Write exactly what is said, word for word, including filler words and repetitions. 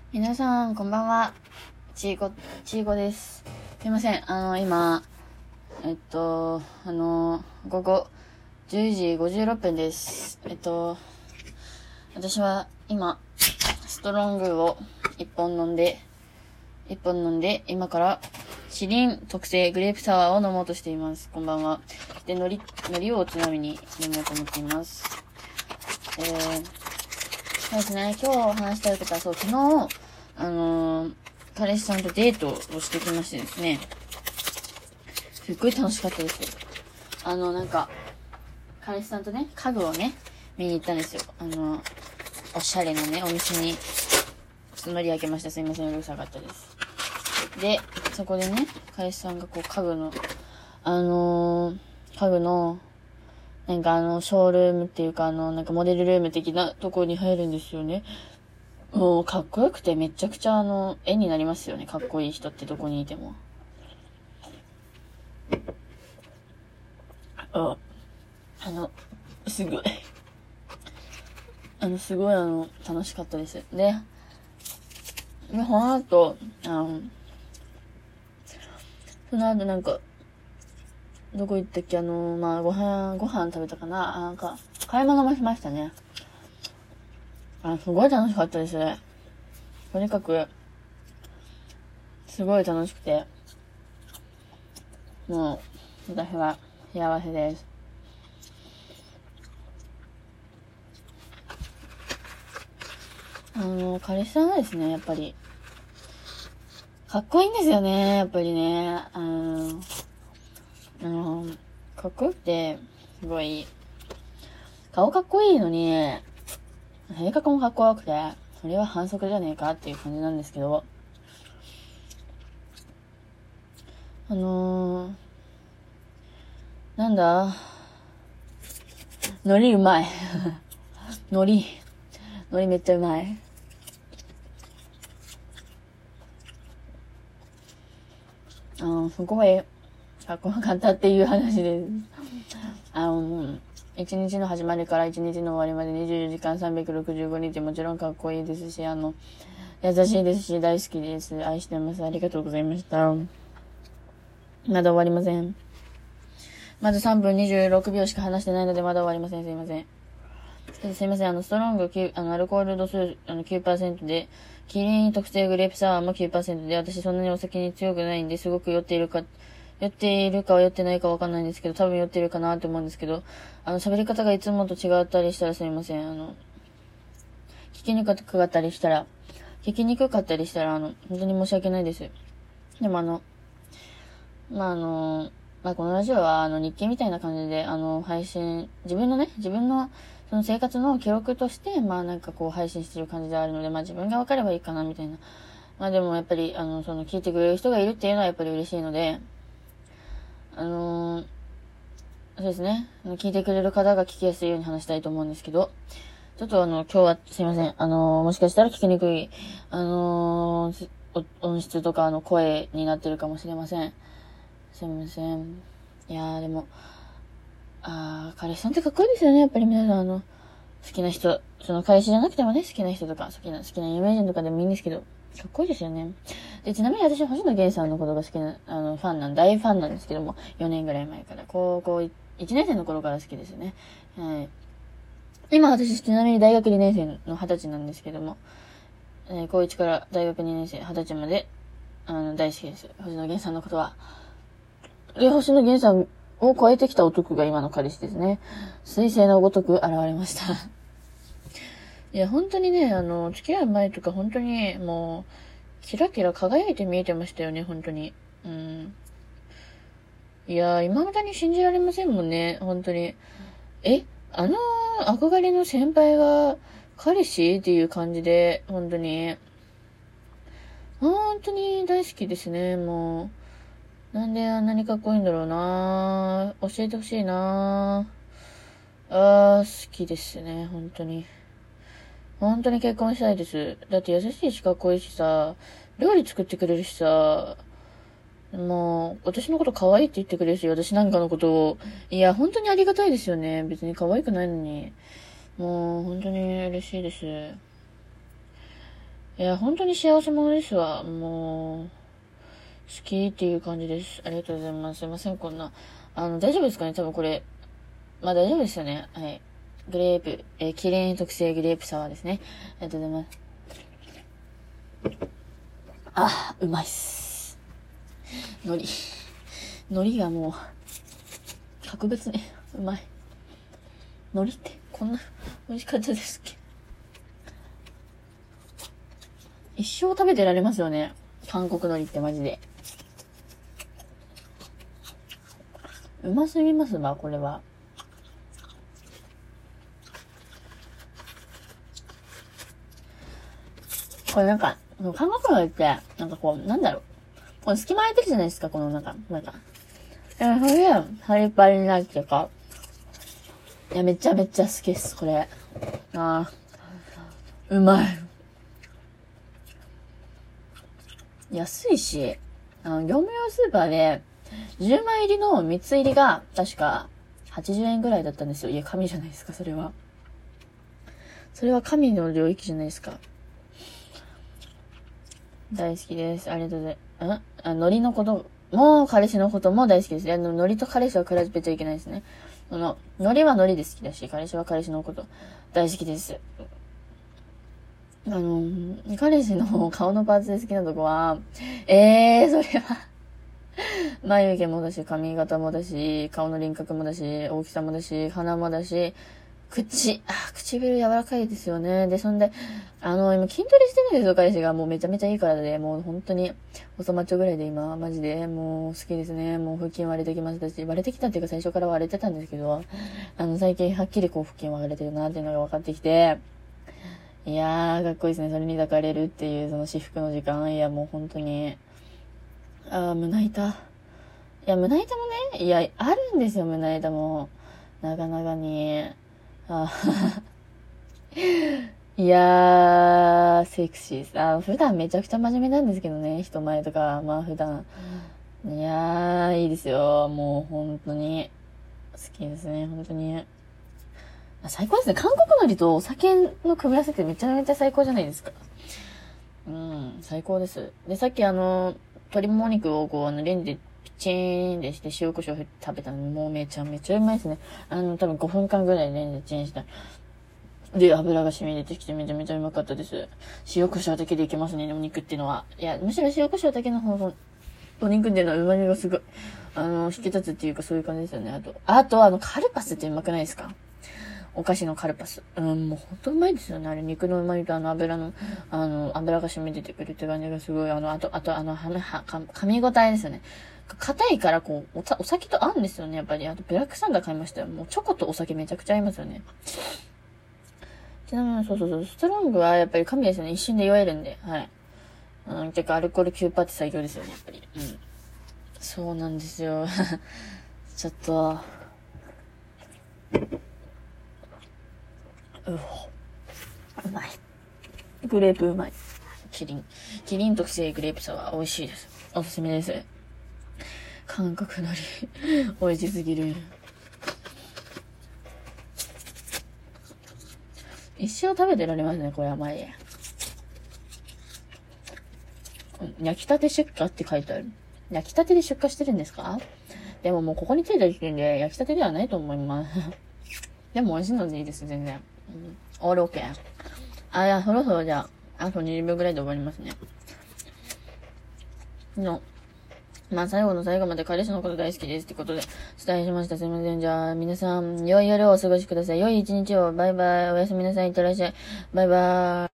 皆さん、こんばんは。ちーこ、ちーこです。すいません。あの、今、えっと、あの、午後じゅうじごじゅうろっぷんです。えっと、私は今、ストロングを一本飲んで、一本飲んで、今から、キリン特製グレープサワーを飲もうとしています。こんばんは。で、海苔、海苔をおつまみに飲もうと思っています。えー、そうですね。今日話したいことは、そう、昨日、あのー、彼氏さんとデートをしてきましてですね。すっごい楽しかったですよ。あの、なんか、彼氏さんとね、家具をね、見に行ったんですよ。あの、おしゃれなね、お店に、ちょっと乗り上げました。すいません、うるさかったです。で、そこでね、彼氏さんがこう、家具の、あのー、家具の、なんかあの、ショールームっていうか、あの、なんかモデルルーム的なところに入るんですよね。もう、かっこよくてめちゃくちゃあの、絵になりますよね。かっこいい人ってどこにいても。あ、あの、すごい。あの、すごいあの、楽しかったです。で、で、その後、あの、その後なんか、どこ行ったっけあの、まあ、ご飯、ご飯食べたかなあなんか、買い物もしましたね。あ、すごい楽しかったですね。とにかく、すごい楽しくて、もう、私は幸せです。あの、彼氏さんはですね、やっぱり、かっこいいんですよね、やっぱりね。あの、あの、かっこよくて、すごい、顔かっこいいのに、性格もかっこよくて、それは反則じゃねえかっていう感じなんですけど、あのー、なんだ海苔うまい。海苔、海苔めっちゃうまい。あの、すごい、かっこよかったっていう話です。あの、一日の始まりから一日の終わりまでにじゅうよじかんさんびゃくろくじゅうごにちもちろんかっこいいですし、あの、優しいですし、大好きです。愛してます。ありがとうございました。まだ終わりません。まださんぷんにじゅうろくびょうしか話してないのでまだ終わりません。すいません。すいません。あの、ストロングきゅう、あの、アルコール度数、あの、きゅうパーセント で、キリン特製グレープサワーも きゅうパーセント で、私そんなにお酒に強くないんで、すごく酔っているか、酔っているかは酔ってないかわかんないんですけど、多分酔ってるかなと思うんですけど、あの、喋り方がいつもと違ったりしたらすいません。あの、聞きにくかったりしたら、聞きにくかったりしたら、あの、本当に申し訳ないです。でもあの、まあ、あの、まあ、このラジオは、あの、日記みたいな感じで、あの、配信、自分のね、自分の、その生活の記録として、まあ、なんかこう、配信してる感じであるので、まあ、自分が分かればいいかな、みたいな。まあ、でも、やっぱり、あの、その、聞いてくれる人がいるっていうのは、やっぱり嬉しいので、あのー、そうですね。聞いてくれる方が聞きやすいように話したいと思うんですけど、ちょっとあの、今日はすいません。あのー、もしかしたら聞きにくい、あのー、音質とかあの声になってるかもしれません。すいません。いやーでも、あー、彼氏さんってかっこいいですよね。やっぱり皆さんあの、好きな人、その彼氏じゃなくてもね、好きな人とか、好きな、好きな有名人とかでもいいんですけど、かっこいいですよね。で、ちなみに私、星野源さんのことが好きな、あの、ファンなん、大ファンなんですけども、よねんぐらい前から、高校いちねん生の頃から好きですよね。はい。今私、ちなみに大学にねん生のはたちなんですけども、えー、高いちから大学にねん生、はたちまで、あの、大好きです。星野源さんのことは。で、星野源さんを超えてきた男が今の彼氏ですね。水星のごとく現れました。いや、本当にね、あの、付き合う前とか本当にもう、キラキラ輝いて見えてましたよね、本当に。うん。いやー、今までに信じられませんもんね、本当に。え、あの憧れの先輩が彼氏っていう感じで、本当に。本当に大好きですね、もう。なんであんなにかっこいいんだろうな教えてほしいなあー、好きですね、本当に。本当に結婚したいです。だって優しいしかっこいいしさ、料理作ってくれるしさ、もう、私のこと可愛いって言ってくれるし、私なんかのことを、いや、本当にありがたいですよね。別に可愛くないのに。もう、本当に嬉しいです。 いや、本当に幸せ者ですわ。もう、好きっていう感じです。ありがとうございます。すいません、こんな。あの、大丈夫ですかね多分これ。まあ大丈夫ですよね。はい。グレープ、えー、キリン特製グレープサワーですね。ありがとうございます。あ、うまいっす。海苔。海苔がもう、格別ね。うまい。海苔ってこんな美味しかったですっけ？一生食べてられますよね。韓国海苔ってマジで。うますぎますわ、これは。これなんか、韓国海苔って、なんかこう、なんだろう。この隙間空いてるじゃないですか、このなんか、なんか。え、それで、パリパリになってか。いや、めちゃめちゃ好きです、これ。あー、うまい。安いし、あの、業務用スーパーで、じゅうまい入りのみっつ入りが、確か、はちじゅうえんぐらいだったんですよ。いや、神じゃないですか、それは。それは神の領域じゃないですか。大好きです。ありがとうございます。んあ、海苔のことも、彼氏のことも大好きです。いや、でも海苔と彼氏は比べちゃいけないですね。その、海苔は海苔で好きだし、彼氏は彼氏のこと大好きです。あの、彼氏の顔のパーツで好きなとこは、えー、それは眉毛もだし、髪型もだし、顔の輪郭もだし、大きさもだし、鼻もだし、口、あ、唇柔らかいですよね。で、そんで、あの、今筋トレしてるんですよ、彼氏が。もうめちゃめちゃいい体で、もう本当に、細マッチョぐらいで今、マジで、もう好きですね。もう腹筋割れてきましたし、割れてきたっていうか最初から割れてたんですけど、あの、最近はっきりこう腹筋割れてるなっていうのが分かってきて、いやー、かっこいいですね。それに抱かれるっていう、その至福の時間。いや、もう本当に、あー、胸板。いや、胸板もね、いや、あるんですよ、胸板も。長々に。あいやー、セクシーです。あ、普段めちゃくちゃ真面目なんですけどね、人前とか、まあ普段。いやー、いいですよ。もう本当に。好きですね、本当に。最高ですね。韓国海苔とお酒の組み合わせってめちゃめちゃ最高じゃないですか。うん、最高です。で、さっきあの、鶏もも肉をこう、あの、レンジでピチーンでして塩コショウ食べたのもうめちゃめちゃうまいですね。あの、多分ごふんかんぐらいレンジでチンした。で、油が染み出てきてめちゃめちゃうまかったです。塩コショウだけでいけますね、お肉っていうのは。いや、むしろ塩コショウだけの方が、お肉っていうのは旨味がすごい、あの、引き立つっていうかそういう感じですよね。あと、あと、あの、カルパスってうまくないですか？お菓子のカルパス。うん、もうほんとうまいですよね。あれ、肉の旨味とあの油の、あの、油が染み出てくるって感じがすごい、あの、あと、あと、あの、はめ、は、か、噛み応えですよね。硬いからこう、おた、お酒と合うんですよね、やっぱり。あと、ブラックサンダー買いましたよ。もうチョコとお酒めちゃくちゃ合いますよね。ちなみに、そうそうそう、ストロングはやっぱり神ですよね。一瞬で酔えるんで、はい。うん、てか、アルコールきゅうパーセントって最強ですよね、やっぱり。うん。そうなんですよ。ちょっと、うお、うまい。グレープうまい。キリン。キリン特製グレープサワー美味しいです。おすすめです。韓国のり、美味しすぎる。一生食べてられますね、これ甘い。焼きたて出荷って書いてある。焼きたてで出荷してるんですか？でももうここについた時点で焼きたてではないと思います。でも美味しいのでいいです、全然。うん、オールオッケー。あ、いや、そろそろじゃあ、あとにじゅうびょうぐらいで終わりますね。の、まあ最後の最後まで彼氏のこと大好きですってことで伝えしました。すいません。じゃあ皆さん、良い夜をお過ごしください。良い一日を。バイバイ。おやすみなさい。いってらっしゃい。バイバイ。